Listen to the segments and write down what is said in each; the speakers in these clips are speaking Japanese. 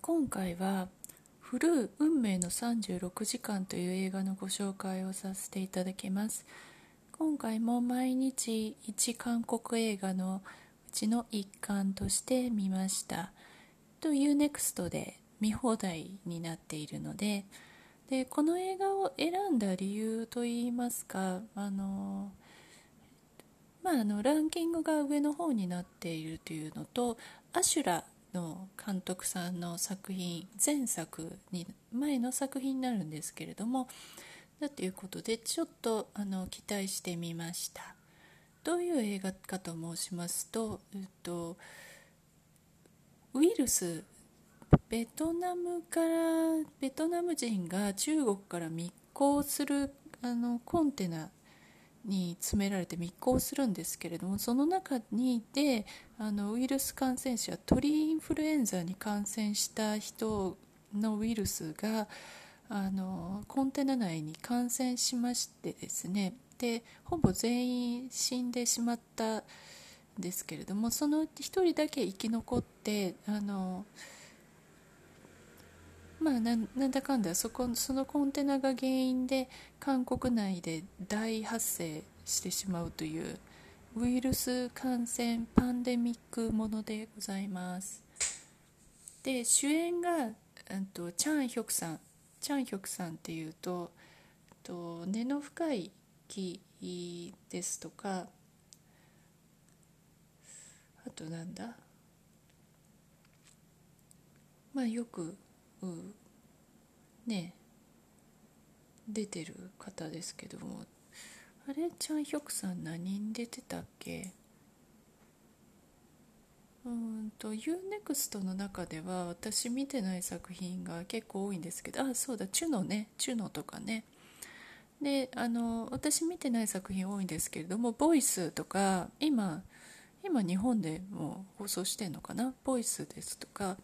今回はフルー運命の36時間という映画のご紹介をさせていただきます。今回も毎日1韓国映画のうちの一環として見ました。UNEXT で見放題になっているので、この映画を選んだ理由といいますか、ランキングが上の方になっているというのと、アシュラの監督さんの作品、前作に前の作品になるんですけれども、だということでちょっと期待してみました。どういう映画かと申しますと、ウイルス、ベトナム人が中国から密航するコンテナに詰められて密航するんですけれども、その中にウイルス感染者、鳥インフルエンザに感染した人のウイルスがコンテナ内に感染しましてですね、でほぼ全員死んでしまったんですけれども、その一人だけ生き残ってなんだかんだそのコンテナが原因で韓国内で大発生してしまうというウイルス感染パンデミックものでございます。で主演がチャンヒョクさん。チャンヒョクさんっていうと根の深い木ですとか、あとなんだ、よくね出てる方ですけども、あれチャンヒョクさん何に出てたっけ。UNEXT の中では私見てない作品が結構多いんですけど、そうだ、チュノとかね。で私見てない作品多いんですけれども、ボイスとか今日本でも放送してんのかな、ボイスですとか、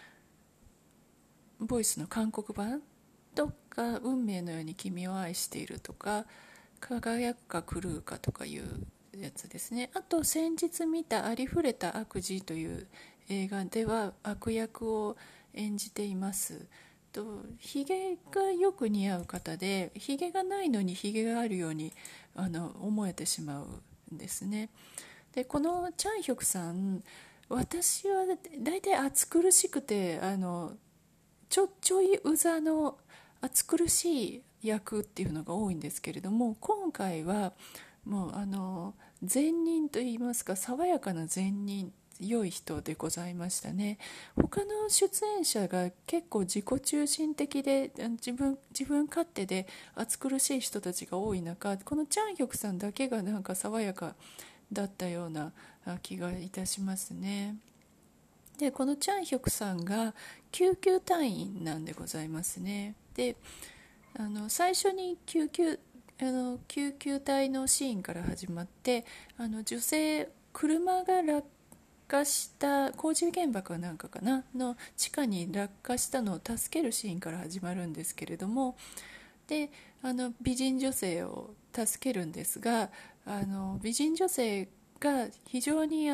ボイスの韓国版とか、運命のように君を愛しているとか、輝くか狂うかとかいうやつですね。あと先日見たありふれた悪事という映画では悪役を演じています。ひげがよく似合う方で、ひげがないのにひげがあるように思えてしまうんですね。でこのチャンヒョクさん、私は大体暑苦しくてちょいうざの暑苦しい役っていうのが多いんですけれども、今回はもう善人といいますか、爽やかな善人、良い人でございましたね。他の出演者が結構自己中心的で自分勝手で暑苦しい人たちが多い中、このチャンヒョクさんだけがなんか爽やかだったような気がいたしますね。でこのチャンヒョクさんが救急隊員なんでございますね。で最初に救急隊のシーンから始まって、女性、車が落下した工事現場かなんかかなの地下に落下したのを助けるシーンから始まるんですけれども、で美人女性を助けるんですが、美人女性が非常に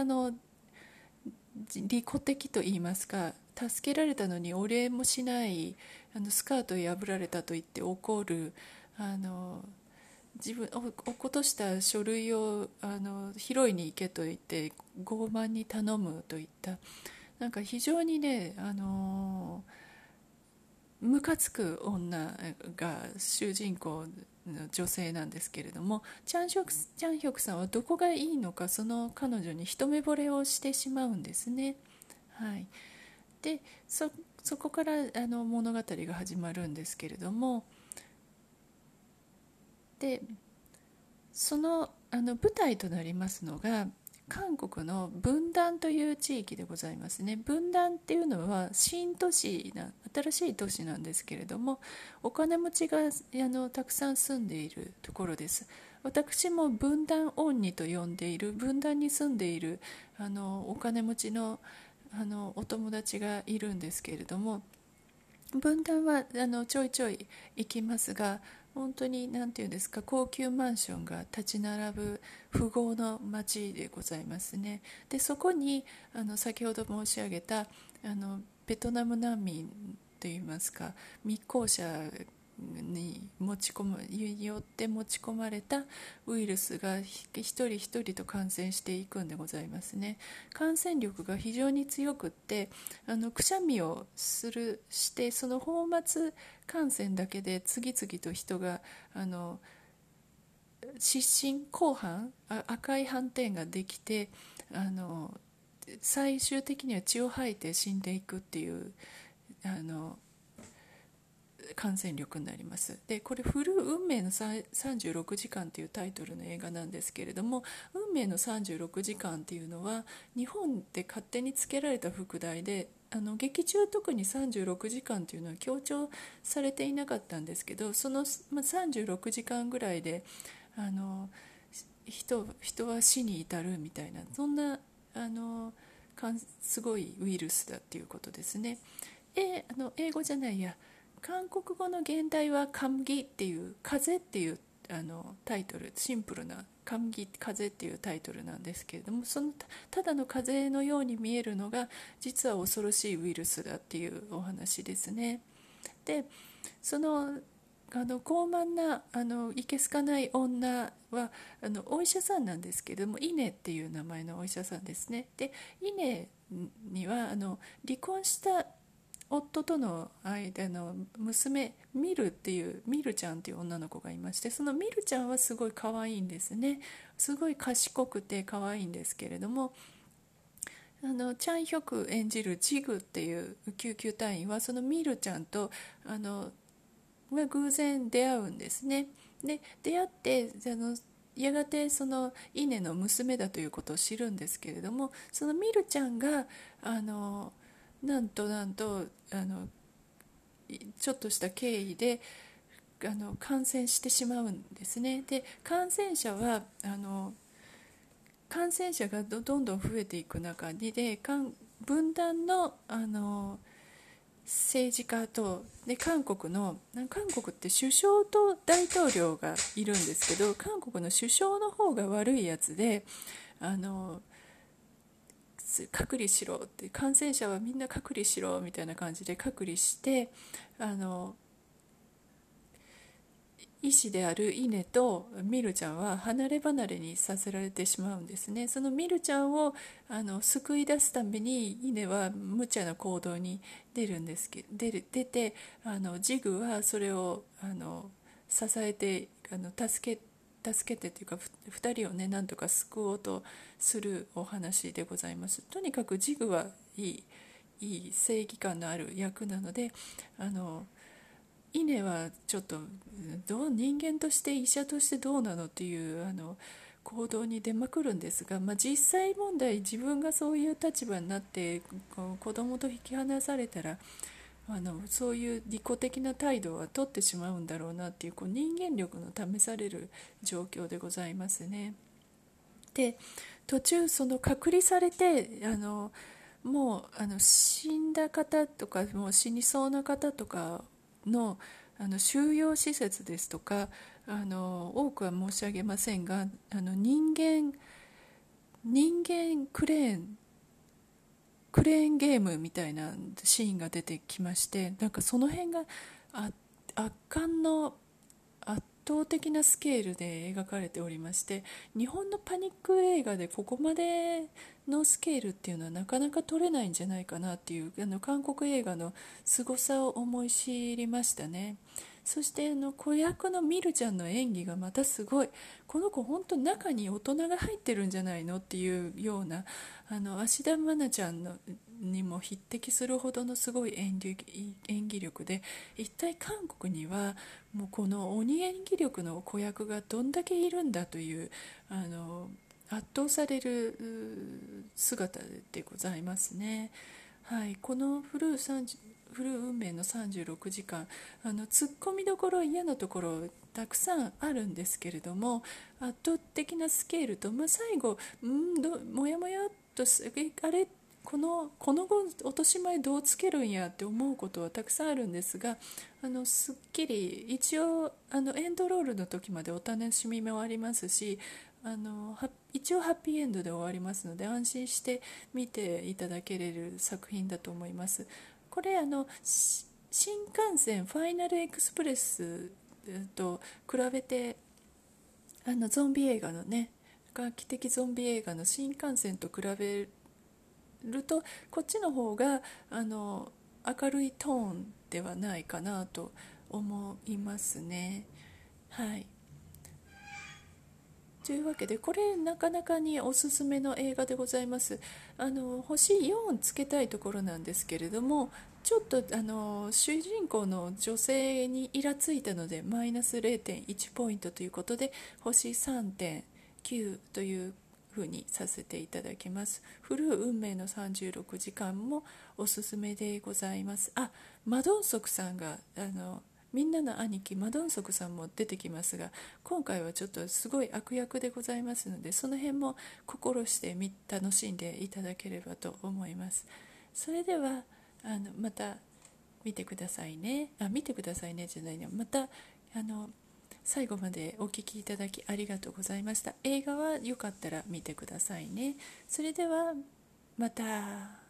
利己的と言いますか、助けられたのにお礼もしない、スカートを破られたと言って怒る、自分落っことした書類を拾いに行けと言って傲慢に頼むといった、なんか非常にねムカつく女が主人公の女性なんですけれども、チャンヒョクさんはどこがいいのか、その彼女に一目惚れをしてしまうんですね。はい、でそこから物語が始まるんですけれども、でその舞台となりますのが韓国のブンダンという地域でございますね。ブンダンっていうのは新都市新しい都市なんですけれども、お金持ちがたくさん住んでいるところです。私もブンダンオンニと呼んでいる、ブンダンに住んでいるお金持ちのお友達がいるんですけれども、分断はちょいちょい行きますが、本当に何ていうんですか、高級マンションが立ち並ぶ富豪の街でございますね。でそこに先ほど申し上げたベトナム難民といいますか、密航者によって持ち込まれたウイルスが一人一人と感染していくんでございますね。感染力が非常に強くって、くしゃみをしてその飛沫感染だけで次々と人が失神後半赤い斑点ができて、最終的には血を吐いて死んでいくっていう感染力になります。でこれフル運命の36時間というタイトルの映画なんですけれども、運命の36時間っていうのは日本で勝手につけられた副題で、劇中特に36時間というのは強調されていなかったんですけど、その、36時間ぐらいで人は死に至るみたいな、そんなすごいウイルスだっていうことですね。英語じゃないや、韓国語の現代はカムギっていう風っていうタイトル、シンプルなカムギ風っていうタイトルなんですけれども、そのただの風邪のように見えるのが実は恐ろしいウイルスだっていうお話ですね。でその傲慢ないけすかない女はお医者さんなんですけれども、イネっていう名前のお医者さんですね。でイネには離婚した夫との間の娘ミルちゃんっていう女の子がいまして、そのミルちゃんはすごい可愛いんですね。すごい賢くて可愛いんですけれども、チャン・ヒョク演じるジグっていう救急隊員はそのミルちゃんと偶然出会うんですね。で出会ってやがてそのイネの娘だということを知るんですけれども、そのミルちゃんがなんとちょっとした経緯で感染してしまうんですね。で感染者がどんどん増えていく中で分断の政治家と韓国って首相と大統領がいるんですけど、韓国の首相の方が悪いやつで隔離しろって、感染者はみんな隔離しろみたいな感じで隔離して、医師であるイネとミルちゃんは離れ離れにさせられてしまうんですね。そのミルちゃんを救い出すためにイネは無茶な行動に出て、ジグはそれを支えて助けてというか2人をねなんとか救おうとするお話でございます。とにかくジグはいい正義感のある役なので、イネはちょっと人間として医者としてどうなのっていう行動に出まくるんですが、実際問題自分がそういう立場になって子供と引き離されたらそういう利己的な態度は取ってしまうんだろうなっていう、人間力の試される状況でございますね。で途中隔離されてもう死んだ方とかもう死にそうな方とかの収容施設ですとか多くは申し上げませんが人間クレーンゲームみたいなシーンが出てきまして、なんかその辺が圧巻の圧倒的なスケールで描かれておりまして、日本のパニック映画でここまでのスケールっていうのはなかなか撮れないんじゃないかなっていう韓国映画の凄さを思い知りましたね。そして子役のミルちゃんの演技がまたすごい、この子本当中に大人が入ってるんじゃないのっていうような芦田愛菜ちゃんにも匹敵するほどのすごい演技力で、一体韓国にはもうこの鬼演技力の子役がどんだけいるんだという圧倒される姿でございますね。はい、このフル運命の36時間ツッコミどころ嫌なところたくさんあるんですけれども、圧倒的なスケールと、最後もやもやっとあれこの後落とし前どうつけるんやって思うことはたくさんあるんですが、すっきり一応エンドロールの時までお楽しみもありますし、一応ハッピーエンドで終わりますので安心して見ていただけれる作品だと思います。 これ新幹線ファイナルエクスプレスと比べてゾンビ映画のね、画期的ゾンビ映画の新幹線と比べるとこっちの方が明るいトーンではないかなと思いますね。はい。というわけでこれなかなかにおすすめの映画でございます。星4つけたいところなんですけれども、ちょっと主人公の女性にイラついたのでマイナス0.1ポイントということで星3.9という風にさせていただきます。フル運命の36時間もおすすめでございます。マドンソクさんがみんなの兄貴マドンソクさんも出てきますが、今回はちょっとすごい悪役でございますので、その辺も心して楽しんでいただければと思います。それではまた見てくださいね。見てくださいねじゃないね。また最後までお聞きいただきありがとうございました。映画はよかったら見てくださいね。それではまた。